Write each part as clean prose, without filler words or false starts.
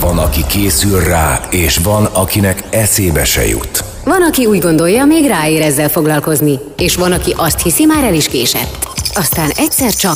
Van, aki készül rá, és van, akinek eszébe se jut. Van, aki úgy gondolja, még ráér ezzel foglalkozni, és van, aki azt hiszi, már el is késett. Aztán egyszer csak...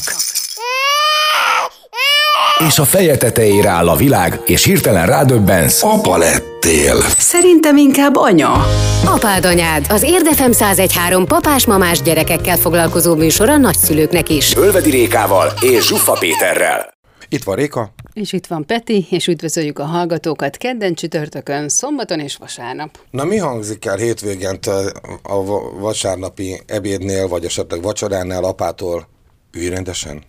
És a feje tetejére áll a világ, és hirtelen rádöbbensz. Apa lettél. Szerintem inkább anya. Apád anyád, az Érdefem 101.3 papás-mamás gyerekekkel foglalkozó műsor a nagyszülőknek is. Ölvedi Rékával és Zsuffa Péterrel. Itt van Réka. És itt van Peti, és üdvözöljük a hallgatókat kedden, csütörtökön, szombaton és vasárnap. Na mi hangzik el hétvégent a vasárnapi ebédnél, vagy esetleg vacsoránál apától? Ülj rendesen.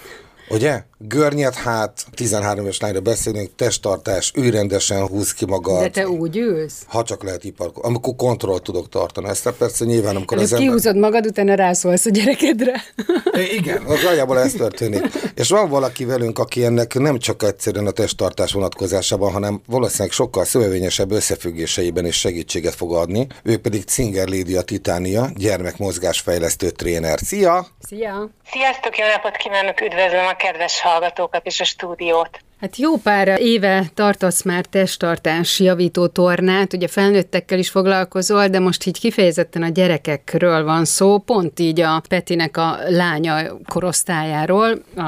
Ugye? Görnyed hát, 13 éves lányra beszélünk, testtartás, ülj rendesen, húzz ki magad. De te úgy ülsz? Ha csak lehet iparkodni. Amikor kontrollt tudok tartani. Ezt persze nyilván, amikor az ember... Kihúzod magad, utána rászólsz a gyerekedre. Igen, az aljából ez történik. És van valaki velünk, aki ennek nem csak egyszerűen a testtartás vonatkozásában, hanem valószínűleg sokkal szövevényesebb összefüggéseiben is segítséget fog adni. Ő pedig Zinger Lídia Titánia, gyermekmozgásfejlesztő tréner. Szia! Szia! Sziasztok, jó napot kívánok, üdvözlöm a kedves hallgatókat és a stúdiót. Hát jó pár éve tartasz már testtartás javító tornát, ugye felnőttekkel is foglalkozol, de most így kifejezetten a gyerekekről van szó, pont így a Petinek a lánya korosztályáról, a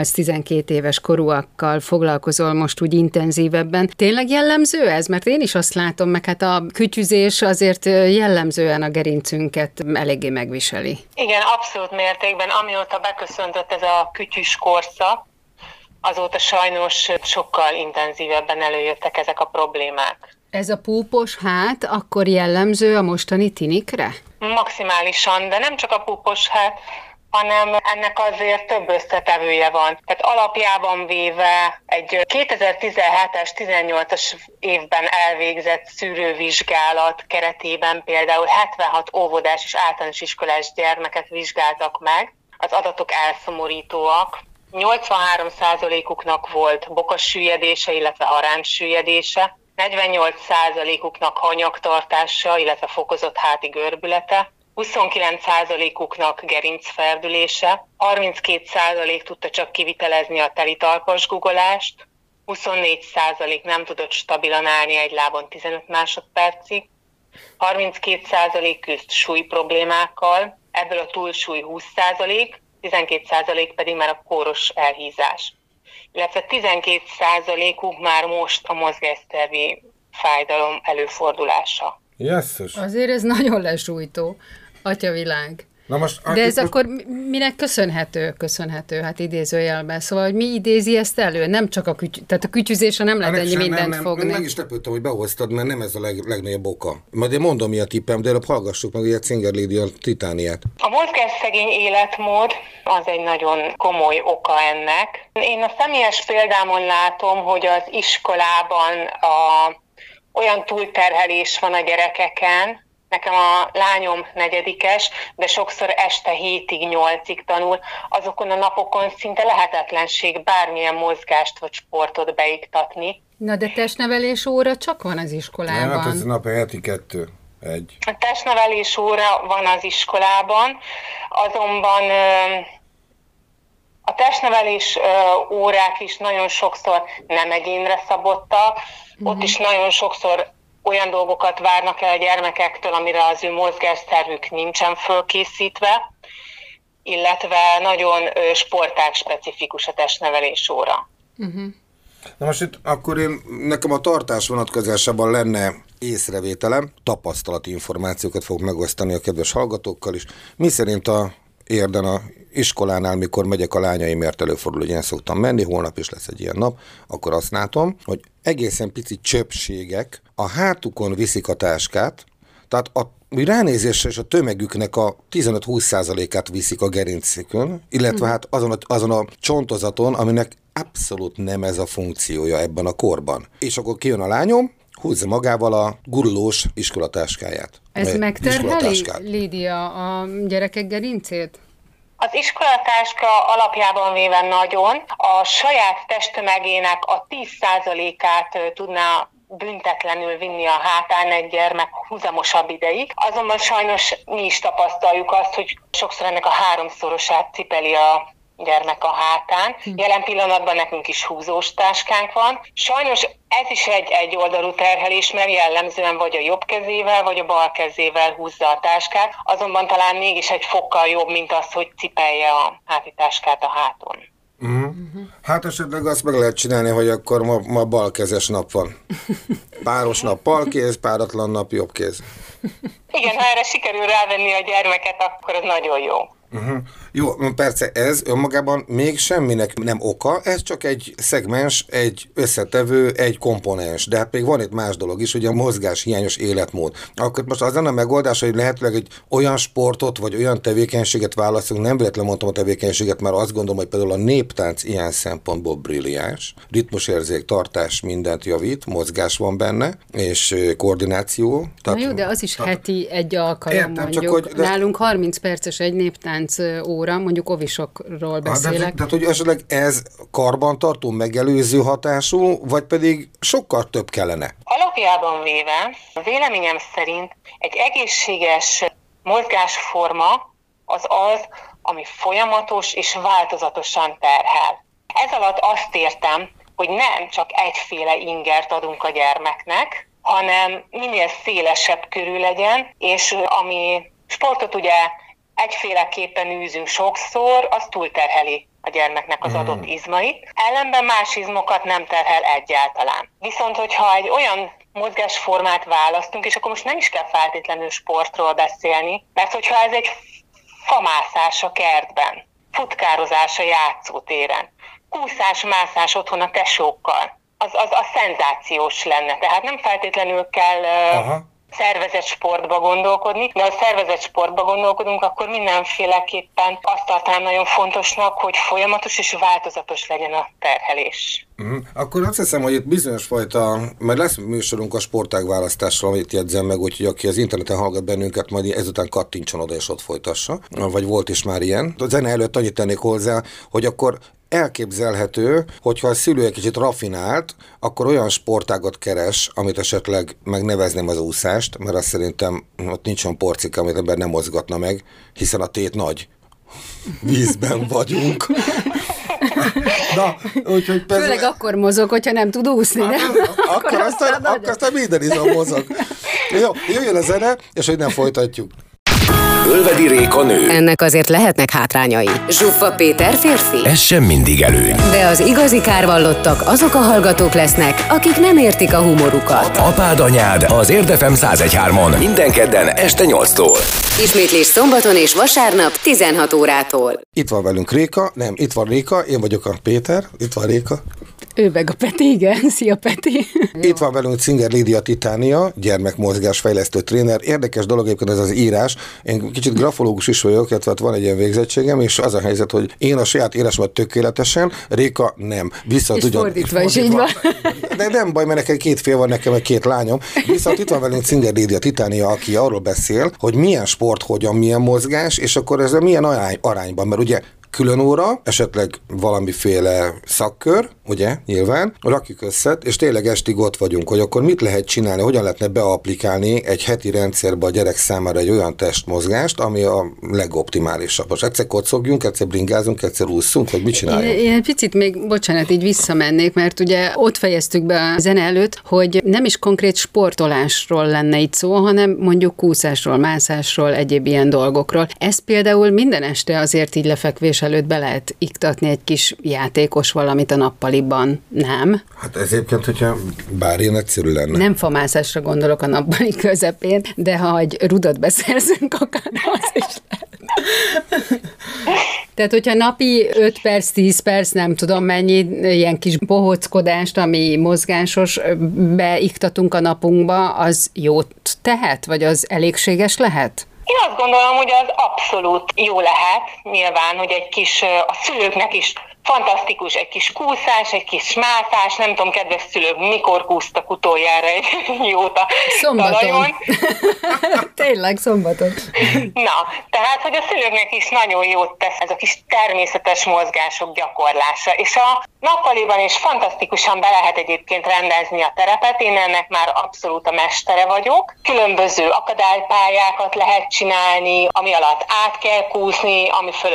8-12 éves korúakkal foglalkozol most úgy intenzívebben. Tényleg jellemző ez? Mert én is azt látom, meg hát a kütyüzés azért jellemzően a gerincünket eléggé megviseli. Igen, abszolút mértékben, amióta beköszöntött ez a kütyüs korszak, azóta sajnos sokkal intenzívebben előjöttek ezek a problémák. Ez a púpos hát akkor jellemző a mostani tinikre? Maximálisan, de nem csak a púpos hát, hanem ennek azért több összetevője van. Tehát alapjában véve egy 2017-es, 18-as évben elvégzett szűrővizsgálat keretében például 76 óvodás és általános iskolás gyermeket vizsgáltak meg. Az adatok elszomorítóak. 83%-uknak volt bokassüllyedése, illetve haráncsüllyedése, 48%-uknak hanyagtartása, illetve fokozott háti görbülete, 29%-uknak gerincferdülése, 32% tudta csak kivitelezni a telitalpas guggolást, 24% nem tudott stabilan állni egy lábon 15 másodpercig, 32% küzd súly problémákkal, ebből a túlsúly 20%, 12% pedig már a kóros elhízás. Illetve 12%-uk már most a mozgásszervi fájdalom előfordulása. Jesszus. Azért ez nagyon lesújtó, atyavilág. Na most, de ez akkor minek köszönhető, hát idézőjelben. Szóval, hogy mi idézi ezt elő? Nem csak tehát a kütyüzésre nem lehet ennyi mindent fogni. Meg is lepődtem, hogy behoztad, mert nem ez a legnagyobb oka. Majd én mondom, mi a tippem, de előbb hallgassuk meg ugye Zinger Lídia Titániát. A mozgásszegény életmód az egy nagyon komoly oka ennek. Én a személyes példámon látom, hogy az iskolában olyan túlterhelés van a gyerekeken. Nekem a lányom 4. de sokszor este 7-ig, 8-ig tanul. Azokon a napokon szinte lehetetlenség bármilyen mozgást vagy sportot beiktatni. Na de testnevelés óra csak van az iskolában. Nem, hát ez napi heti 2. A testnevelés óra van az iskolában, azonban a testnevelés órák is nagyon sokszor nem egyénre szabottak. Ott is nagyon sokszor olyan dolgokat várnak el a gyermekektől, amire az ő mozgásszervük nincsen fölkészítve, illetve nagyon sportág specifikus a testnevelés óra. Na most itt akkor nekem a tartás vonatkozásában lenne észrevételem, tapasztalati információkat fogok megosztani a kedves hallgatókkal is. Mi szerint a Érden a iskolánál, mikor megyek a lányaimért, előfordul, hogy én szoktam menni, holnap is lesz egy ilyen nap, akkor azt látom, hogy egészen pici csöpségek a hátukon viszik a táskát, tehát a ránézésre és a tömegüknek a 15-20%-át viszik a gerincükön, illetve hát azon a csontozaton, aminek abszolút nem ez a funkciója ebben a korban. És akkor kijön a lányom, húzza magával a gurulós iskolatáskáját. Ez megterheli, Lídia, a gyerekek gerincét? Az iskolatáska alapjában véve nagyon. A saját testtömegének a 10%-át tudná büntetlenül vinni a hátán egy gyermek húzamosabb ideig. Azonban sajnos mi is tapasztaljuk azt, hogy sokszor ennek a 3-szorosát cipeli a gyermek a hátán. Jelen pillanatban nekünk is húzós táskánk van. Sajnos ez is egy oldalú terhelés, mert jellemzően vagy a jobb kezével, vagy a bal kezével húzza a táskát, azonban talán mégis egy fokkal jobb, mint az, hogy cipelje a hátitáskát a háton. Hát esetleg azt meg lehet csinálni, hogy akkor ma balkezes nap van. Páros nap balkéz, páratlan nap jobbkéz. Igen, ha erre sikerül rávenni a gyermeket, akkor az nagyon jó. Jó, persze ez önmagában még semminek nem oka, ez csak egy szegmens, egy összetevő, egy komponens, de hát még van itt más dolog is, ugye a mozgáshiányos életmód. Akkor most az lenne a megoldás, hogy lehetőleg egy olyan sportot, vagy olyan tevékenységet választunk, nem véletlenül mondtam a tevékenységet, mert azt gondolom, hogy például a néptánc ilyen szempontból brilliáns, ritmusérzék, tartás mindent javít, mozgás van benne, és koordináció. Na jó, de az is heti egy alkalom, értem, mondjuk. csak hogy, Nálunk 30 perces egy néptánc óra, mondjuk ovisokról beszélek. Tehát, hogy esetleg ez karbantartó, megelőző hatású, vagy pedig sokkal több kellene? Alapjában véve, véleményem szerint egy egészséges mozgásforma az, ami folyamatos és változatosan terhel. Ez alatt azt értem, hogy nem csak egyféle ingert adunk a gyermeknek, hanem minél szélesebb körül legyen, és ami sportot ugye egyféleképpen űzünk sokszor, az túlterheli a gyermeknek az adott izmait. Ellenben más izmokat nem terhel egyáltalán. Viszont, hogyha egy olyan mozgásformát választunk, és akkor most nem is kell feltétlenül sportról beszélni, mert hogyha ez egy famászás a kertben, futkározás a játszótéren, kúszás, mászás otthon a tesókkal, az szenzációs lenne. Tehát nem feltétlenül kell szervezett sportba gondolkodni, de ha szervezett sportba gondolkodunk, akkor mindenféleképpen azt tartanám nagyon fontosnak, hogy folyamatos és változatos legyen a terhelés. Akkor azt hiszem, hogy itt bizonyos fajta, majd lesz műsorunk a sportágválasztásról, amit jegyzem meg, úgyhogy aki az interneten hallgat bennünket, majd ezután kattintson oda és ott folytassa, vagy volt is már ilyen. A zene előtt annyit tennék hozzá, hogy akkor elképzelhető, hogyha a szülő egy kicsit raffinált, akkor olyan sportágat keres, amit esetleg megnevezném az úszást, mert azt szerintem ott nincs olyan porcika, amit ember nem mozgatna meg, hiszen a tét nagy. Vízben vagyunk. Na, úgyhogy főleg akkor mozog, hogyha nem tud úszni, nem? Akkor aztán minden izom mozog. Jó, jöjjön a zene, és hogy nem folytatjuk. Ölvedi Réka nő. Ennek azért lehetnek hátrányai. Zsuffa Péter férfi. Ez sem mindig előny. De az igazi kárvallottak azok a hallgatók lesznek, akik nem értik a humorukat. Apád anyád az Érdefem 101.3-on minden kedden este 8-tól. Ismétlés szombaton és vasárnap 16 órától. Itt van velünk Réka, nem, itt van Réka, én vagyok a Péter, itt van Réka. Ő meg a Peti, igen. Szia, Peti. Itt van velünk Cinger Lídia Titánia, gyermekmozgásfejlesztő tréner. Érdekes dolog egyébként ez az írás. Én kicsit grafológus is vagyok, illetve van egy ilyen végzettségem, és az a helyzet, hogy én a saját írásomat tökéletesen, Réka nem. Viszont és fordítva is így van. De nem baj, mert nekem 2 fél van, nekem egy 2 lányom. Viszont itt van velünk Cinger Lídia Titánia, aki arról beszél, hogy milyen sport, hogyan, milyen mozgás, és akkor ez milyen arányban, mert ugye külön óra, esetleg valamiféle szakkör, ugye, nyilván, rakjuk össze, és tényleg estig ott vagyunk, hogy akkor mit lehet csinálni, hogyan lehetne beaplikálni egy heti rendszerbe a gyerek számára egy olyan testmozgást, ami a legoptimálisabb. Most egyszer kocogjunk, egyszer bringázunk, egyszer ússzunk, vagy mit csináljunk? Én picit még, bocsánat, így visszamennék, mert ugye ott fejeztük be a zene előtt, hogy nem is konkrét sportolásról lenne itt szó, hanem mondjuk kúszásról, mászásról, egyéb ilyen dolgokról. Ez például minden este azért így lefekvés előtt be lehet iktatni egy kis játékos valamit a nappaliban, nem? Hát ez egyébként, hogyha bár ilyen egyszerű lenne. Nem famászásra gondolok a nappali közepén, de ha egy rudat beszerzünk, akár az is lehet. Tehát, hogyha napi 5 perc, 10 perc, nem tudom mennyi, ilyen kis bohóckodást, ami mozgásos, beiktatunk a napunkba, az jót tehet? Vagy az elégséges lehet? Én azt gondolom, hogy az abszolút jó lehet, nyilván, hogy egy kis, a szülőknek is fantasztikus, egy kis kúszás, egy kis mászás, nem tudom, kedves szülők, mikor kúsztak utoljára egy jót a talajon. Tényleg, szombaton. Na, tehát, hogy a szülőknek is nagyon jót tesz ez a kis természetes mozgások gyakorlása, és a nappaliban is fantasztikusan be lehet egyébként rendezni a terepet, én ennek már abszolút a mestere vagyok. Különböző akadálypályákat lehet csinálni, ami alatt át kell kúszni, ami fölött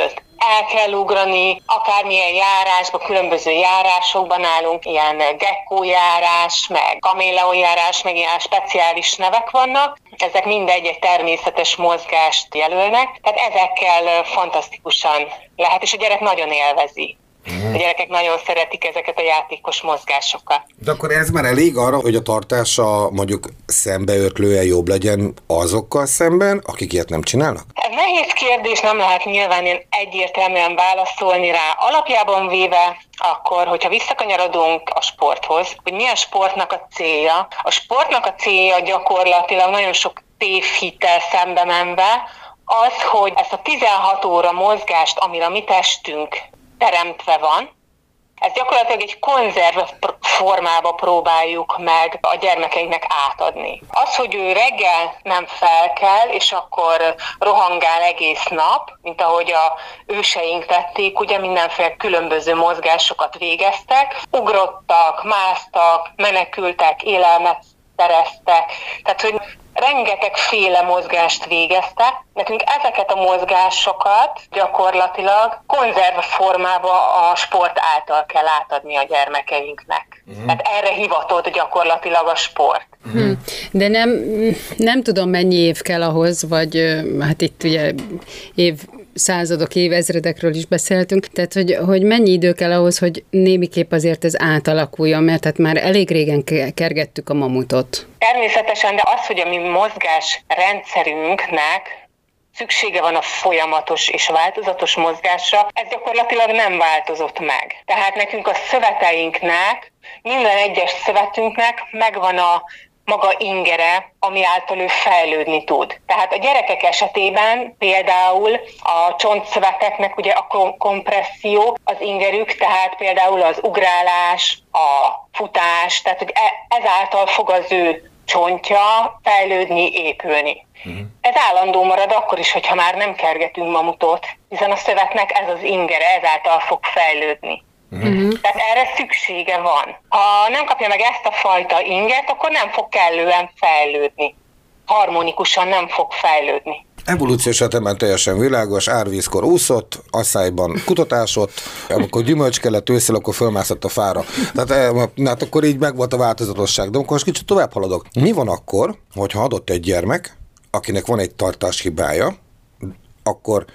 el kell ugrani, akármilyen járásban, különböző járásokban állunk, ilyen gekkójárás, meg kaméleonjárás, meg ilyen speciális nevek vannak. Ezek mindegy egy természetes mozgást jelölnek, tehát ezekkel fantasztikusan lehet, és a gyerek nagyon élvezi. A gyerekek nagyon szeretik ezeket a játékos mozgásokat. De akkor ez már elég arra, hogy a tartása mondjuk szembeötlően jobb legyen azokkal szemben, akik ilyet nem csinálnak? Ez nehéz kérdés, nem lehet nyilván ilyen egyértelműen válaszolni rá. Alapjában véve akkor, hogyha visszakanyarodunk a sporthoz, hogy mi a sportnak a célja. A sportnak a célja gyakorlatilag nagyon sok tévhittel szembe menve az, hogy ezt a 16 óra mozgást, amire a mi testünk teremtve van, ezt gyakorlatilag egy konzerv formába próbáljuk meg a gyermekeinknek átadni. Az, hogy ő reggel nem felkel, és akkor rohangál egész nap, mint ahogy a őseink tették, ugye mindenféle különböző mozgásokat végeztek, ugrottak, másztak, menekültek, élelmet szereztek, tehát hogy rengetegféle mozgást végeztek. Nekünk ezeket a mozgásokat gyakorlatilag konzerv formába a sport által kell átadni a gyermekeinknek. Tehát erre hivatott gyakorlatilag a sport. De nem tudom, mennyi év kell ahhoz, vagy hát itt ugye évszázadok, évezredekről is beszéltünk, tehát hogy mennyi idő kell ahhoz, hogy némiképp azért ez átalakuljon, mert hát már elég régen kergettük a mamutot. Természetesen, de az, hogy a mi mozgás rendszerünknek szüksége van a folyamatos és változatos mozgásra, ez gyakorlatilag nem változott meg. Tehát nekünk a szöveteinknek, minden egyes szövetünknek megvan a maga ingere, ami által ő fejlődni tud. Tehát a gyerekek esetében például a csontszöveteknek ugye a kompresszió az ingerük, tehát például az ugrálás, a futás, tehát hogy ezáltal fog az ő csontja fejlődni, épülni. Ez állandó marad akkor is, hogyha már nem kergetünk mamutot, hiszen a szövetnek ez az ingere, ezáltal fog fejlődni. Tehát erre szüksége van. Ha nem kapja meg ezt a fajta inget, akkor nem fog kellően fejlődni. Harmonikusan nem fog fejlődni. Evolúciós értelemben teljesen világos, árvízkor úszott, asszályban kutatásott, amikor gyümölcs kellett ősszel, akkor fölmászott a fára. Tehát akkor így megvolt a változatosság. De akkor most kicsit tovább haladok. Mi van akkor, hogyha adott egy gyermek, akinek van egy tartáshibája, akkor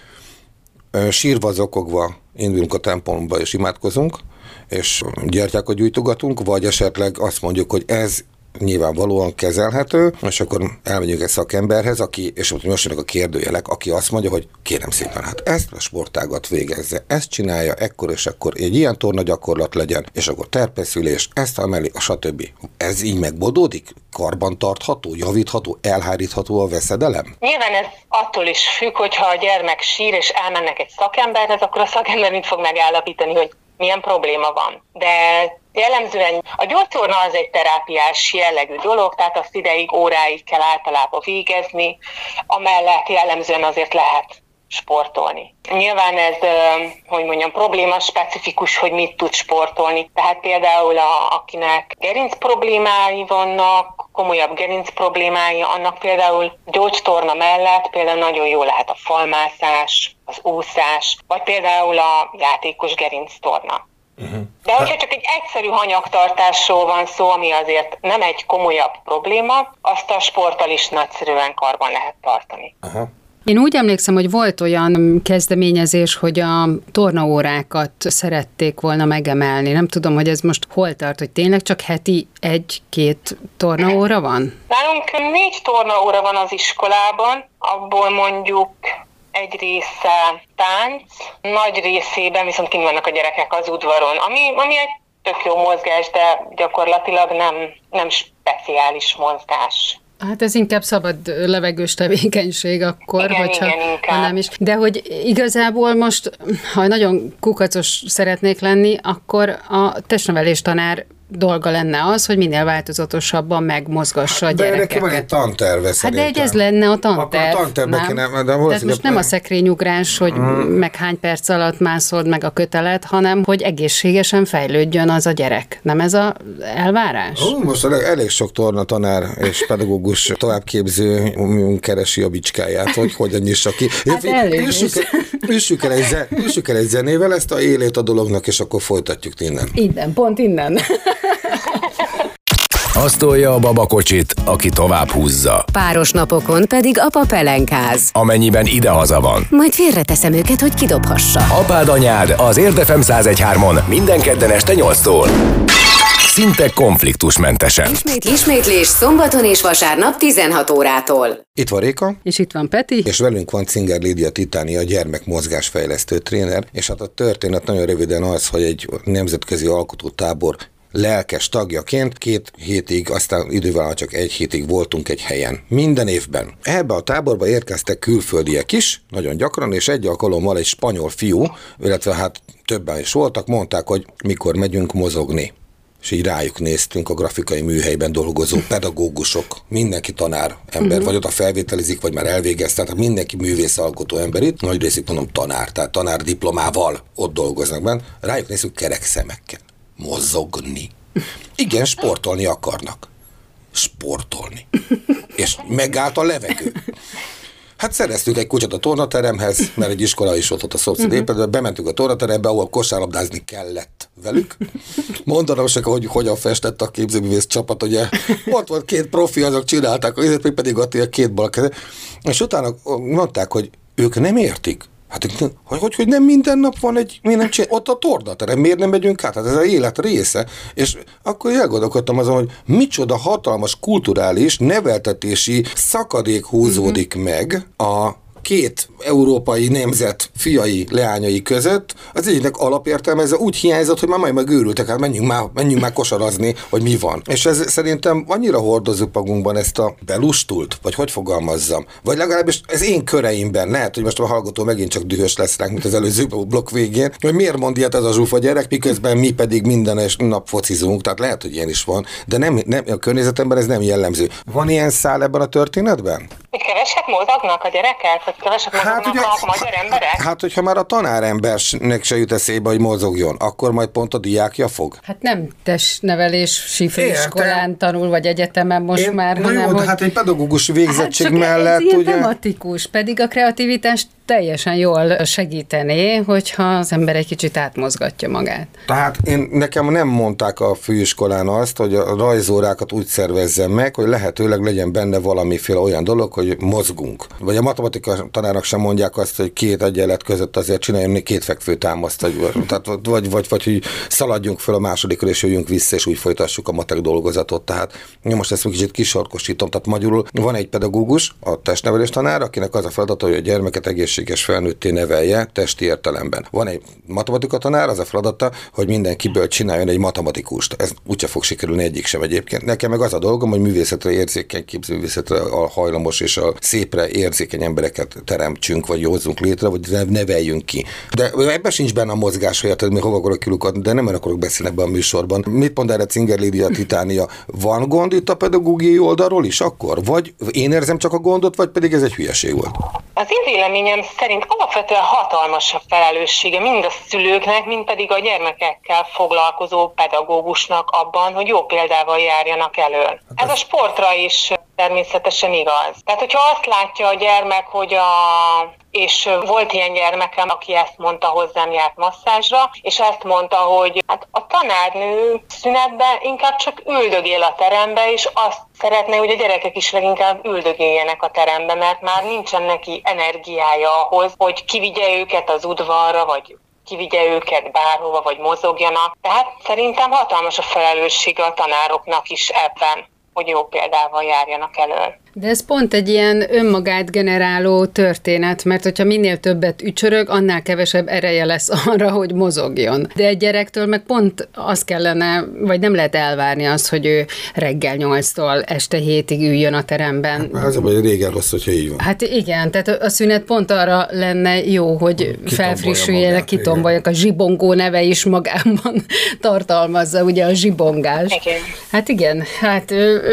sírva zokogva indulunk a templomba és imádkozunk, és gyertyákat gyújtogatunk, vagy esetleg azt mondjuk, hogy ez nyilvánvalóan kezelhető, és akkor elmegyünk egy szakemberhez, és ott most jönnek a kérdőjelek, aki azt mondja, hogy kérem szépen, hát ezt a sportágat végezze, ezt csinálja, ekkor és akkor egy ilyen tornagyakorlat legyen, és akkor terpeszülés, ezt emeli, stb. Ez így megoldódik? Karban tartható, javítható, elhárítható a veszedelem? Nyilván ez attól is függ, hogyha a gyermek sír, és elmennek egy szakemberhez, akkor a szakember mit fog megállapítani, hogy milyen probléma van. De jellemzően a gyógytorna az egy terápiás jellegű dolog, tehát azt ideig, óráig kell általában végezni, amellett jellemzően azért lehet sportolni. Nyilván ez, probléma specifikus, hogy mit tud sportolni. Tehát például akinek gerinc problémái vannak, komolyabb gerinc problémái, annak például gyógytorna mellett például nagyon jó lehet a falmászás, az úszás, vagy például a játékos gerinctorna. De hogyha csak egy egyszerű hanyagtartásról van szó, ami azért nem egy komolyabb probléma, azt a sporttal is nagyszerűen karban lehet tartani. Én úgy emlékszem, hogy volt olyan kezdeményezés, hogy a tornaórákat szerették volna megemelni. Nem tudom, hogy ez most hol tart, hogy tényleg csak heti 1-2 tornaóra van? Nálunk 4 tornaóra van az iskolában, abból mondjuk egy része tánc, nagy részében viszont kint vannak a gyerekek az udvaron, ami egy tök jó mozgás, de gyakorlatilag nem speciális mozgás. Hát ez inkább szabad levegős tevékenység akkor, igen, nem is. De hogy igazából most, ha nagyon kukacos szeretnék lenni, akkor a testnevelés tanár dolga lenne az, hogy minél változatosabban megmozgassa a gyerekeket. De neki van egy tanterve szerintem. Hát de ez lenne a tanterv. Akkor a tantervbe kéne, de tehát most nem a szekrényugrás, hogy meg hány perc alatt mászod meg a kötelet, hanem hogy egészségesen fejlődjön az a gyerek. Nem ez az elvárás? Most elég sok tornatanár és pedagógus továbbképző keresi a bicskáját, hogy hogyan nyissa ki. Hát Üssük el egy zenével ezt a élét a dolognak, és akkor folytatjuk innen. Innen, pont innen. Azt tolja a babakocsit, aki tovább húzza. Páros napokon pedig apa pelenkáz. Amennyiben idehaza van. Majd félreteszem őket, hogy kidobhassa. Apád anyád az Érdefem 101.3-on minden kedden este 8-tól. Szinte konfliktusmentesen. Ismétlés szombaton és vasárnap 16 órától. Itt van Réka. És itt van Peti. És velünk van Cinger Lídia Titánia, gyermekmozgásfejlesztő tréner, és hát a történet nagyon röviden az, hogy egy nemzetközi alkotótábor lelkes tagjaként 2 hétig, aztán idővel csak 1 hétig voltunk egy helyen. Minden évben. Ebbe a táborba érkeztek külföldiek is, nagyon gyakran, és egy alkalommal egy spanyol fiú, illetve hát többen is voltak, mondták, hogy mikor megyünk mozogni. És így rájuk néztünk, a grafikai műhelyben dolgozó pedagógusok, mindenki tanár ember, vagy ott a felvételizik, vagy már elvégezte, tehát mindenki művészalkotó ember itt, nagy részük mondom tanár, tehát tanár diplomával ott dolgoznak benne, rájuk nézünk kerek szemekkel. Mozogni. Igen, sportolni akarnak. Sportolni. És megállt a levegő. Hát szereztünk egy kutyát a tornateremhez, mert egy iskola is ott a szomszéd épületben, bementünk a tornaterembe, ahol kosárlabdázni kellett velük. Mondanom se, hogy hogyan festett a képzőművész csapat, ugye ott volt 2 profi, azok csinálták, még pedig ott a 2 bal keze. És utána mondták, hogy ők nem értik. Hát hogy nem minden nap van ott a tornaterem, miért nem megyünk át? Hát ez az élet része. És akkor elgondolkodtam azon, hogy micsoda hatalmas kulturális neveltetési szakadék húzódik meg a 2 európai nemzet fiai, leányai között, az egyiknek alapértelmezve úgy hiányzott, hogy már majd megőrültek, hát menjünk már kosarazni, hogy mi van. És ez szerintem annyira hordozzuk magunkban ezt a belustult, vagy hogy fogalmazzam, vagy legalábbis ez én köreimben, lehet, hogy most a hallgató megint csak dühös lesz ránk, mint az előző blokk végén, hogy miért mond ilyet ez a zsúfa gyerek, miközben mi pedig minden nap focizunk, tehát lehet, hogy ilyen is van, de nem a környezetemben ez nem jellemző. Van ilyen szál ebben a történetben? Hogy keveset mozognak a gyerekek? Vagy keveset mozognak ugye, a magyar emberek? Hát, hogyha már a tanárembernek se jut eszébe, hogy mozogjon, akkor majd pont a diákja fog? Hát nem testnevelési főiskolán tanul, vagy egyetemen most már, hanem, hogy... Hát egy pedagógus végzettség hát mellett, ez ugye... tematikus, pedig a kreativitást teljesen jól segítené, hogyha az ember egy kicsit átmozgatja magát. Tehát nekem nem mondták a főiskolán azt, hogy a rajzórákat úgy szervezzem meg, hogy lehetőleg legyen benne valamiféle olyan dolog, hogy mozgunk. Vagy a matematika tanárnak sem mondják azt, hogy 2 egyenlet között azért csináljunk 2 fekvőtámaszt, vagy hogy szaladjunk fel a másodikra, és jöjjünk vissza, és úgy folytassuk a matek dolgozatot. Tehát én most ezt egy kicsit kisarkosítom. Tehát magyarul van egy pedagógus, a testnevelés tanár, akinek az a feladata, hogy a gyermeket egészséges felnőtté nevelje testi értelemben. Van egy matematika tanár, az a feladata, hogy mindenkiből csináljon egy matematikust. Ez úgyse fog sikerülni egyik sem egyébként. Nekem meg az a dolgom, hogy művészetre érzékeny, képzőművészetre hajlamos és a szépre érzékeny embereket teremtsünk, vagy hozzunk létre, vagy neveljünk ki. De ebben sincs benne a mozgás, hogy mi hova akarok kilukadni, de nem akarok beszélni ebben a műsorban. Mit mond erre Cinger Lídia Titánia? Van gond itt a pedagógiai oldalról is akkor? Vagy én érzem csak a gondot, vagy pedig ez egy hülyeség volt? Az én véleményem szerint alapvetően hatalmas a felelőssége mind a szülőknek, mind pedig a gyermekekkel foglalkozó pedagógusnak abban, hogy jó példával járjanak elől. Ez a sportra is természetesen igaz. Tehát, hogyha azt látja a gyermek, hogy és volt ilyen gyermekem, aki ezt mondta, hozzám járt masszázsra, és ezt mondta, hogy hát a tanárnő szünetben inkább csak üldögél a terembe, és azt szeretné, hogy a gyerekek is leginkább üldögéljenek a terembe, mert már nincsen neki energiája ahhoz, hogy kivigye őket az udvarra, vagy kivigye őket bárhova, vagy mozogjanak. Tehát szerintem hatalmas a felelőssége a tanároknak is ebben, hogy jó példával járjanak elől. De ez pont egy ilyen önmagát generáló történet, mert hogyha minél többet ücsörög, annál kevesebb ereje lesz arra, hogy mozogjon. De egy gyerektől meg pont az kellene, vagy nem lehet elvárni azt, hogy ő reggel 8-tól este 7-ig üljön a teremben. Ez a baj, régen rossz, hogyha így van. Hát igen, tehát a szünet pont arra lenne jó, hogy felfrissüljenek, kitomboljak. A zsibongó neve is magában tartalmazza, ugye a zsibongás. Igen. Hát igen, hát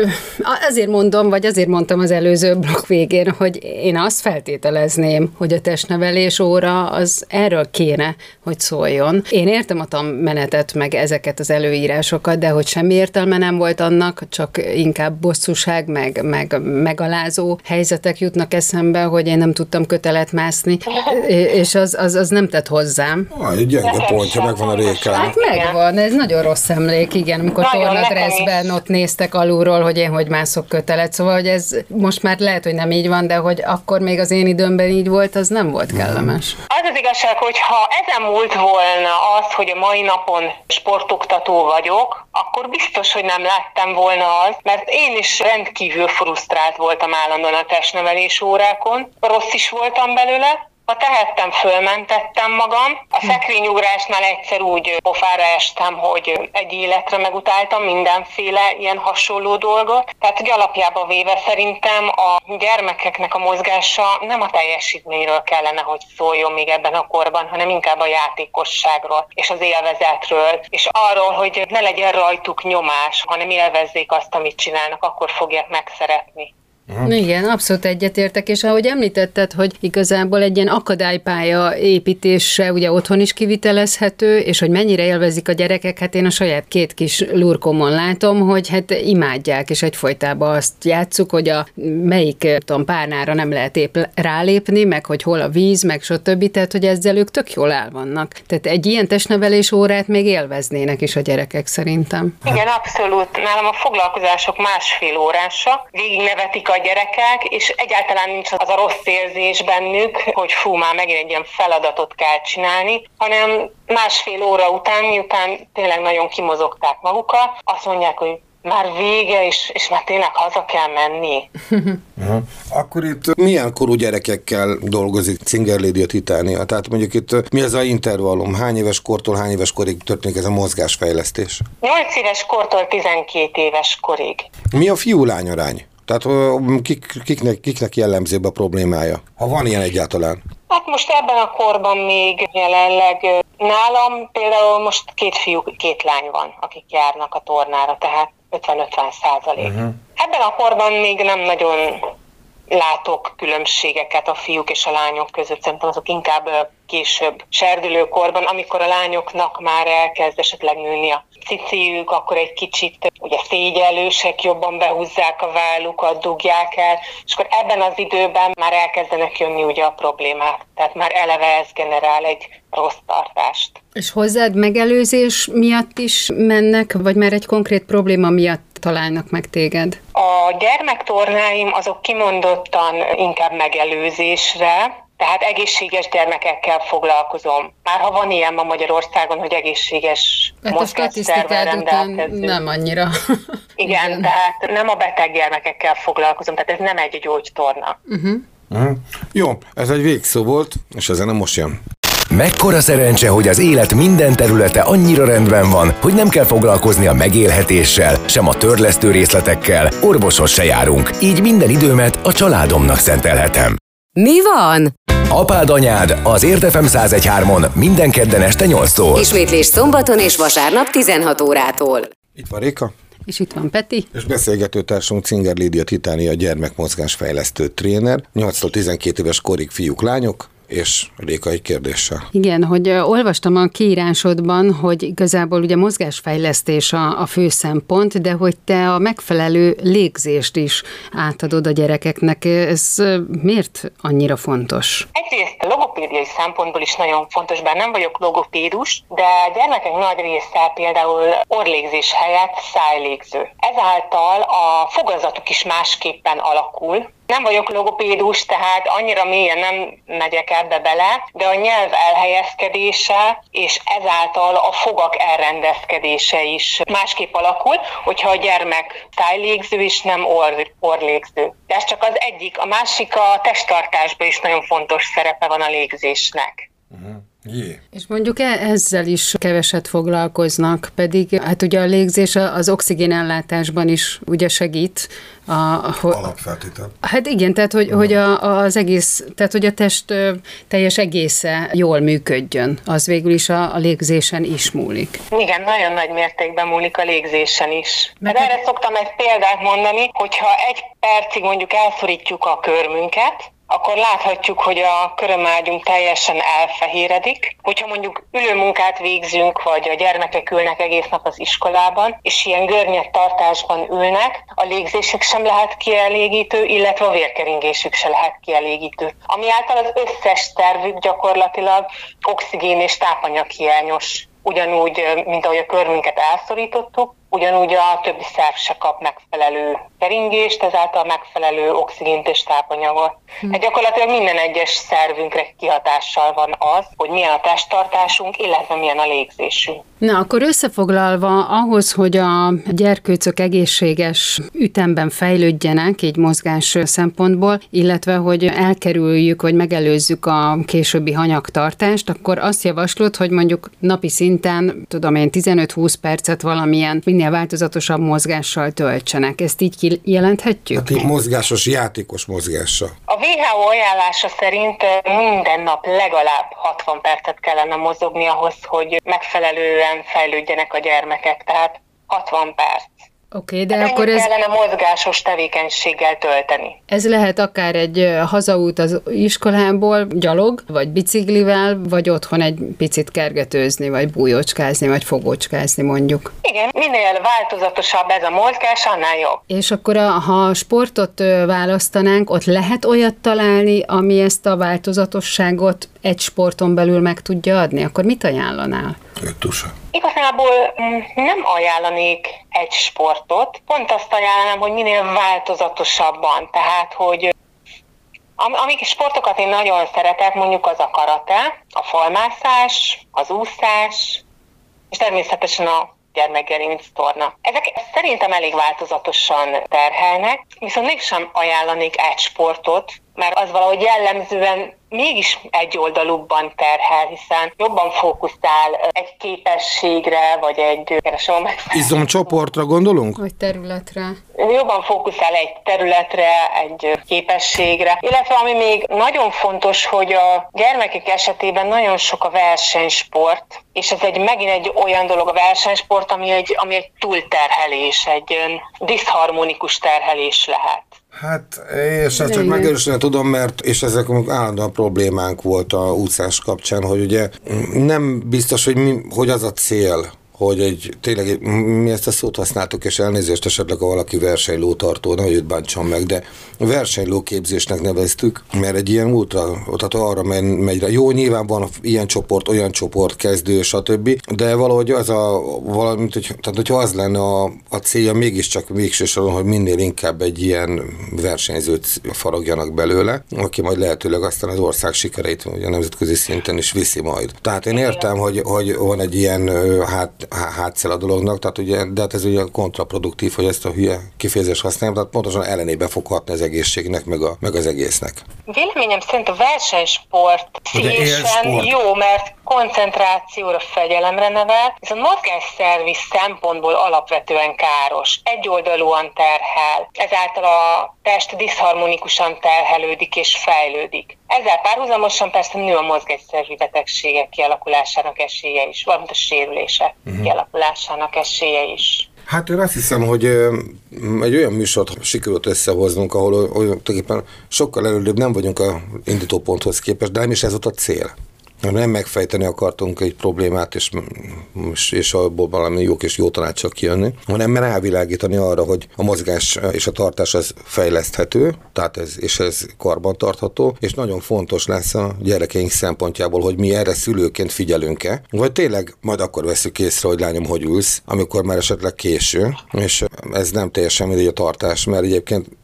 azért mondom, vagy azért mondtam az előző blokk végén, hogy én azt feltételezném, hogy a testnevelés óra az erről kéne, hogy szóljon. Én értem a tanmenetet, meg ezeket az előírásokat, de hogy semmi értelme nem volt annak, csak inkább bosszúság, meg megalázó helyzetek jutnak eszembe, hogy én nem tudtam kötelet mászni, és az nem tett hozzám. Egy gyenge pontja, megvan a Rékának. Hát megvan, ez nagyon rossz emlék, igen, amikor tornadresszben ott néztek alulról, hogy én hogy mászok kötelet, szóval, hogy ez most már lehet, hogy nem így van, de hogy akkor még az én időmben így volt, az nem volt kellemes. Az az igazság, hogy ha ezen múlt volna az, hogy a mai napon sportoktató vagyok, akkor biztos, hogy nem láttam volna azt, mert én is rendkívül frusztrált voltam állandóan a testnevelés órákon, rossz is voltam belőle. Ha tehettem, fölmentettem magam. A szekrényugrásnál egyszer úgy pofára estem, hogy egy életre megutáltam mindenféle ilyen hasonló dolgot. Tehát, hogy alapjában véve szerintem a gyermekeknek a mozgása nem a teljesítményről kellene, hogy szóljon még ebben a korban, hanem inkább a játékosságról és az élvezetről, és arról, hogy ne legyen rajtuk nyomás, hanem élvezzék azt, amit csinálnak, akkor fogják megszeretni. Igen, abszolút egyetértek, és ahogy említetted, hogy igazából egy ilyen akadálypálya építése ugye otthon is kivitelezhető, és hogy mennyire élvezik a gyerekek, hát én a saját 2 kis lurkomon látom, hogy hát imádják, és egyfolytában azt játsszuk, hogy a melyik párnára nem lehet épp rálépni, meg hogy hol a víz, meg stb. Tehát, hogy ezzel ők tök jól el vannak. Tehát egy ilyen testnevelés órát még élveznének is a gyerekek szerintem. Igen, abszolút. Nálam a foglalkozások 1,5 órása, végignevetik a gyerekek, és egyáltalán nincs az a rossz érzés bennük, hogy fú, már megint egy ilyen feladatot kell csinálni, hanem 1,5 óra után, miután tényleg nagyon kimozogták magukat, azt mondják, hogy már vége, és már tényleg haza kell menni. Akkor itt milyen korú gyerekekkel dolgozik Zinger Lady a Titánia? Tehát mondjuk itt mi az a intervallum? Hány éves kortól hány éves korig történik ez a mozgásfejlesztés? 8 éves kortól 12 éves korig. Mi a fiú-lány arány? Tehát kiknek jellemzőbb a problémája? Ha van ilyen egyáltalán. Hát most ebben a korban még jelenleg nálam például most 2 fiú, 2 lány van, akik járnak a tornára, tehát 50-50%. Ebben a korban még nem nagyon látok különbségeket a fiúk és a lányok között, szerintem azok inkább később serdülőkorban, amikor a lányoknak már elkezd esetleg nőni a ciciük, akkor egy kicsit ugye szégyellősek, jobban behúzzák a vállukat, dugják el, és akkor ebben az időben már elkezdenek jönni ugye a problémák. Tehát már eleve ez generál egy rossz tartást. És hozzád megelőzés miatt is mennek, vagy már egy konkrét probléma miatt találnak meg téged? A gyermektornáim azok kimondottan inkább megelőzésre, tehát egészséges gyermekekkel foglalkozom. Már ha van ilyen ma Magyarországon, hogy egészséges mozgásszervvel rendelkező. Nem annyira. Igen, tehát nem a beteg gyermekekkel foglalkozom, tehát ez nem egy gyógytorna. Jó, ez egy végszó volt, és ezen nem most jön. Mekkora szerencse, hogy az élet minden területe annyira rendben van, hogy nem kell foglalkozni a megélhetéssel, sem a törlesztő részletekkel, orvoshoz se járunk, így minden időmet a családomnak szentelhetem. Mi van? Apád anyád az Érd FM 101.3-on minden kedden este 8-tól. Ismétlés szombaton és vasárnap 16 órától. Itt van Réka. És itt van Peti. És beszélgetőtársunk Zinger Lady a Titánia gyermekmozgásfejlesztő tréner, 8-12 éves korig fiúk, lányok, és Réka egy kérdéssel. Igen, hogy olvastam a kiírásodban, hogy igazából ugye mozgásfejlesztés a fő szempont, de hogy te a megfelelő légzést is átadod a gyerekeknek. Ez miért annyira fontos? Egyrészt logopédiai szempontból is nagyon fontos, bár nem vagyok logopédus, de a gyermekek nagy része például orrlégzés helyett szájlégző. Ezáltal a fogazatuk is másképpen alakul, Nem vagyok logopédus, tehát annyira mélyen nem megyek ebbe bele, de a nyelv elhelyezkedése és ezáltal a fogak elrendezkedése is másképp alakul, hogyha a gyermek tájlégző és nem orrlégző. De ez csak az egyik. A másik, a testtartásban is nagyon fontos szerepe van a légzésnek. És mondjuk ezzel is keveset foglalkoznak, pedig hát ugye a légzés az oxigénellátásban is ugye segít. Alapfeltétel. Hát igen, tehát hogy az egész, tehát hogy a test teljes egésze jól működjön, az végül is a légzésen is múlik. Igen, nagyon nagy mértékben múlik a légzésen is. De erre szoktam egy példát mondani, hogyha egy percig mondjuk elszorítjuk a körmünket, akkor láthatjuk, hogy a körömágyunk teljesen elfehéredik. Hogyha mondjuk ülőmunkát végzünk, vagy a gyermekek ülnek egész nap az iskolában, és ilyen görnyed tartásban ülnek, a légzésük sem lehet kielégítő, illetve a vérkeringésük sem lehet kielégítő. Ami által az összes szervük gyakorlatilag oxigén és tápanyaghiányos. Ugyanúgy, mint ahogy a körmünket elszorítottuk, ugyanúgy a többi szerv se kap megfelelő keringést, ezáltal megfelelő oxigént és tápanyagot. Hát gyakorlatilag minden egyes szervünkre kihatással van az, hogy milyen a testtartásunk, illetve milyen a légzésünk. Na, akkor összefoglalva, ahhoz, hogy a gyerkőcök egészséges ütemben fejlődjenek, így mozgás szempontból, illetve, hogy elkerüljük, vagy megelőzzük a későbbi hanyagtartást, akkor azt javaslod, hogy mondjuk napi szinten, tudom én, 15-20 percet valamilyen minél változatosabb mozgással töltsenek. Ezt így kijelenthetjük? Hát mozgásos, játékos mozgással. A WHO ajánlása szerint minden nap legalább 60 percet kellene mozogni ahhoz, hogy megfelelően fejlődjenek a gyermekek, tehát 60 perc. Oké, de akkor ez kellene mozgásos tevékenységgel tölteni. Ez lehet akár egy hazaút az iskolából, gyalog, vagy biciklivel, vagy otthon egy picit kergetőzni, vagy bújócskázni, vagy fogócskázni mondjuk. Igen, minél változatosabb ez a mozgás, annál jobb. És akkor ha sportot választanánk, ott lehet olyat találni, ami ezt a változatosságot egy sporton belül meg tudja adni? Akkor mit ajánlanál? Igazából nem ajánlanék egy sportot, pont azt ajánlanám, hogy minél változatosabban, tehát hogy amik sportokat én nagyon szeretek, mondjuk az a karate, a falmászás, az úszás, és természetesen a gyermekgerinc torna. Ezek szerintem elég változatosan terhelnek, viszont mégsem ajánlanék egy sportot, mert az valahogy jellemzően mégis egyoldalúbban terhel, hiszen jobban fókuszál egy képességre, vagy egy izomcsoportra gondolunk? Vagy területre. Jobban fókuszál egy területre, egy képességre, illetve ami még nagyon fontos, hogy a gyermekek esetében nagyon sok a versenysport, és ez megint egy olyan dolog a versenysport, ami egy túlterhelés, egy diszharmonikus terhelés lehet. Hát, és ezt csak megerősíteni tudom, mert és ezek állandóan problémánk volt a úszás kapcsán, hogy ugye nem biztos, hogy az a cél, hogy tényleg mi ezt a szót használtuk, és elnézést esetleg, ha valaki versenylótartó, nehogy őt bántsam meg, de valóképzésnek neveztük, mert egy ilyen útra, tehát arra megy rá. Jó, nyilván van ilyen csoport, olyan csoport, kezdő, stb., de valahogy az tehát hogyha az lenne a célja mégiscsak végső soron, hogy minél inkább egy ilyen versenyzőt faragjanak belőle, aki majd lehetőleg aztán az ország sikereit ugye a nemzetközi szinten is viszi majd. Tehát én értem, hogy van egy ilyen hátszél a dolognak, tehát ugye, de hát ez ugye kontraproduktív, hogy ezt a hülye kifejezést használom, tehát pontosan ellenébe fog hatni az egészségnek, meg az egésznek. Véleményem szerint a versenysport szívesen jó, mert koncentrációra, fegyelemre nevel, ez a mozgásszervi szempontból alapvetően káros. Egyoldalúan terhel, ezáltal a test diszharmonikusan terhelődik és fejlődik. Ezzel párhuzamosan persze nő a mozgásszervi betegségek kialakulásának esélye is, valamint a sérülések kialakulásának esélye is. Hát én azt hiszem, hogy egy olyan műsort sikerült összehoznunk, ahol tulajdonképpen sokkal előbb nem vagyunk a indítóponthoz képest, de nem is ez volt a cél. Nem megfejteni akartunk egy problémát, és abból valami jó tanácsok kijönni, hanem rávilágítani arra, hogy a mozgás és a tartás az fejleszthető, tehát ez karbantartható, és nagyon fontos lesz a gyerekeink szempontjából, hogy mi erre szülőként figyelünk-e, vagy tényleg majd akkor veszük észre, hogy lányom, hogy ülsz, amikor már esetleg késő, és ez nem teljesen mindegy a tartás, mert egyébként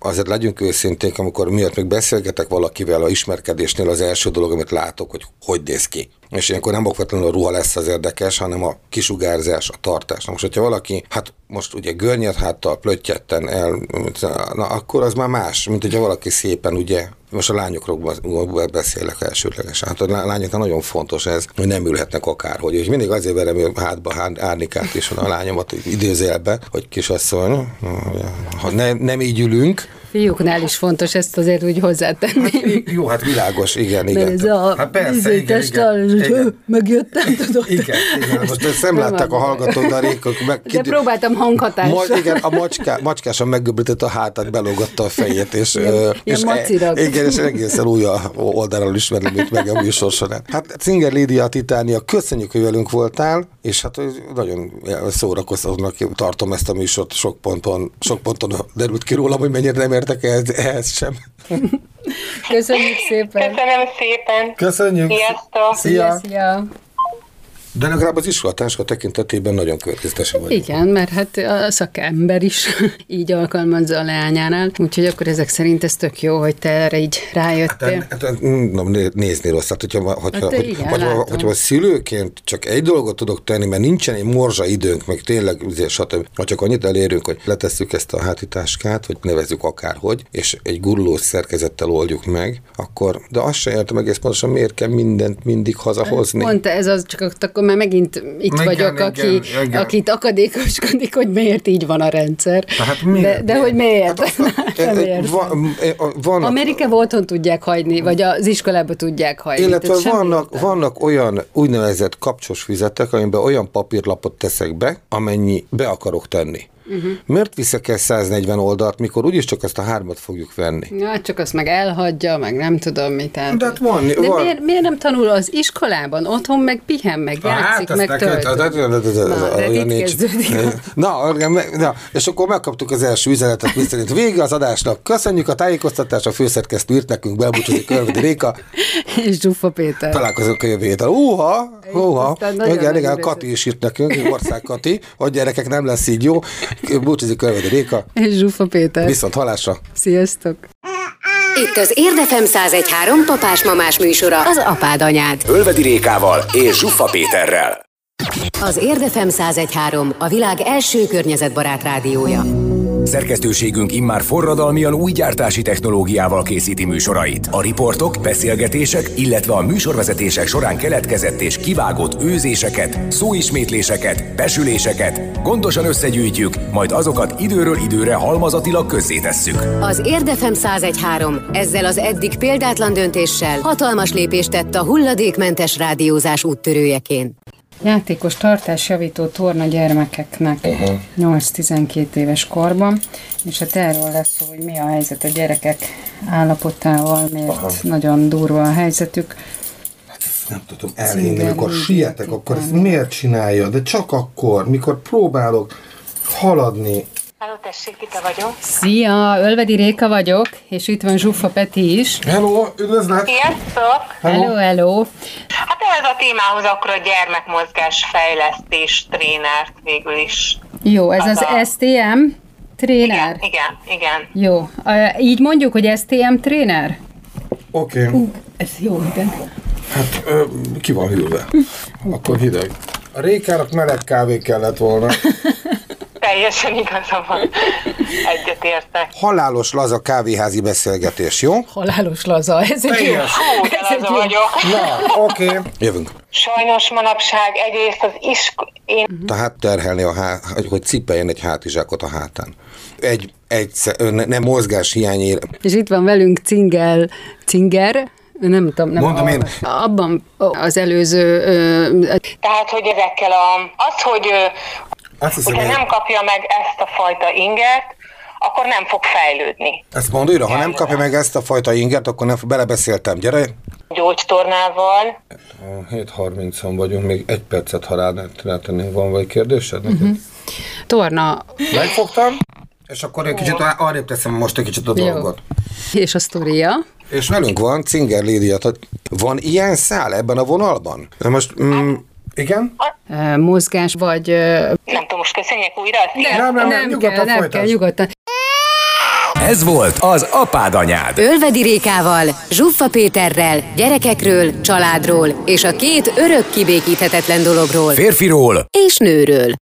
azért legyünk őszinték, amikor miatt még beszélgetek valakivel a ismerkedésnél, az első dolog, amit látok, hogy néz ki. És ilyenkor nem okvetlenül a ruha lesz az érdekes, hanem a kisugárzás, a tartás. Na most, hogyha valaki, hát most ugye görnyed háttal, plöttyetten na akkor az már más, mint hogyha valaki szépen ugye, most a lányokról beszélek elsődlegesen. Hát a lányoknak nagyon fontos ez, hogy nem ülhetnek akárhogy. És mindig azért verem hátba árnikát is a lányomat idézőjelbe, hogy kisasszony, ha nem így ülünk. Fiúknál is fontos ezt azért úgy hozzátenni. Hát, jó, hát világos, igen. Mert ez a hát persze, igen. Megjöttem, tudod. Igen. Most ezt nem látták a hallgatók, de próbáltam hanghatással. Igen, a macskásan meggöbbített a hátát, belógatta a fejét, és egészen új oldalról ismerem, mint meg a műsor során. Hát Zinger Lídia, Titánia, köszönjük, hogy velünk voltál, és hát nagyon szórakoztatónak tartom ezt a műsort, sok ponton derült ki rólam, hogy mennyire nem értek ehhez sem. Köszönjük szépen. Köszönöm szépen. Köszönjük. Sziasztok. Szia. De legalább az iskolatáska tekintetében nagyon következetesen vagy. Igen, mert hát a szakember is így alkalmazza a leányánál, úgyhogy akkor ezek szerint ez tök jó, hogy te erre így rájöttél. Nézni rossz, hogyha szülőként csak egy dolgot tudok tenni, mert nincsen egy morzsa időnk, meg tényleg, stb. Ha csak annyit elérünk, hogy letesszük ezt a hátitáskát, hogy nevezzük akárhogy, és egy gurulós szerkezettel oldjuk meg, akkor, de azt sem értem egész pontosan, miért kell mindent mindig hazahozni. Pont ez az, csak akkor már megint itt vagyok, akit akadékoskodik, hogy miért így van a rendszer. Hát de hogy miért? Amerikában otthon tudják hagyni, vagy az iskolába tudják hagyni. Illetve vannak olyan úgynevezett kapcsos füzetek, amiben olyan papírlapot teszek be, amennyi be akarok tenni. Miért viszek el 140 oldalt, mikor úgyis csak ezt a 3 fogjuk venni? Ja, csak azt meg elhagyja, meg nem tudom mit. De hát van. Miért nem tanul az iskolában? Otthon meg pihen, meg játszik, meg tölt. Na, és akkor megkaptuk az első üzenetet, miszerint vége az adásnak. Köszönjük a tájékoztatást, a főszerkesztő írt nekünk, belbúcsúzik Körvedi Réka. És Zsuffa Péter. Találkozunk a jövő héten. Igen, Kati is írt nekünk, Ország Kati, hogy gyerekek, nem lesz így jó. Búcsúzik Körvedi Réka. És Zsuffa Péter. Viszont hallásra. Sziasztok. Itt az Érdefem 101.3 papás-mamás műsora, az apád anyád. Ölvedi Rékával és Zsuffa Péterrel. Az Érdefem 101.3 a világ első környezetbarát rádiója. Szerkesztőségünk immár forradalmian új gyártási technológiával készíti műsorait. A riportok, beszélgetések, illetve a műsorvezetések során keletkezett és kivágott őzéseket, szóismétléseket, besüléseket gondosan összegyűjtjük, majd azokat időről időre halmazatilag közzétesszük. Az Érdefem 101.3 ezzel az eddig példátlan döntéssel hatalmas lépést tett a hulladékmentes rádiózás úttörőjeként. Játékos tartásjavító torna gyermekeknek 8-12 éves korban, és hát erről lesz szó, hogy mi a helyzet a gyerekek állapotával, miért nagyon durva a helyzetük. Nem tudom elhinni, amikor sietek, akkor ezt miért csinálja, de csak akkor, mikor próbálok haladni. Halló, tessék, Gita vagyok. Szia, Ölvedi Réka vagyok, és itt van Zsuffa Peti is. Hello, üdvözlet! Sziasztok! Hello! Hát ehhez a témához akkor a gyermekmozgás fejlesztés trénert végül is. Jó, ez az STM tréner? Igen. Jó, így mondjuk, hogy STM tréner? Oké. Ez jó, igen. Hát ki van hűlve? Akkor hideg. A Rékának meleg kávé kellett volna. Teljesen igaza van. Egyetértek. Halálos laza kávéházi beszélgetés, jó? Halálos laza, ez egy jó. Hú, de laza vagyok. Na, oké. Jövünk. Sajnos manapság egyrészt az Tehát terhelni hogy cipeljen egy hátizsákot a hátán. Nem mozgás hiányért. És itt van velünk Zinger, nem tudom, nem mondom én. Abban az előző... Tehát, hogy ezekkel hogyha nem kapja meg ezt a fajta ingert, akkor nem fog fejlődni. Ezt mondd újra, ha nem kapja meg ezt a fajta ingert, akkor nem belebeszéltem. Gyere! Gyógytornával. 7:30-on vagyunk, még 1 percet, ha rá tenni. Van vagy kérdésed? Torna. Megfogtam, és akkor egy kicsit arrébb teszem most egy kicsit a dolgot. És a sztoria? És velünk van Zinger Lídia. Van ilyen szál ebben a vonalban? De most... igen? Mozgás, vagy... Nem tudom, most köszönjük újra? Nem, kell, nyugodtan. Ez volt az Apád Anyád. Ölvedi Rékával, Zsuffa Péterrel, gyerekekről, családról és a két örök kibékíthetetlen dologról. Férfiról És nőről.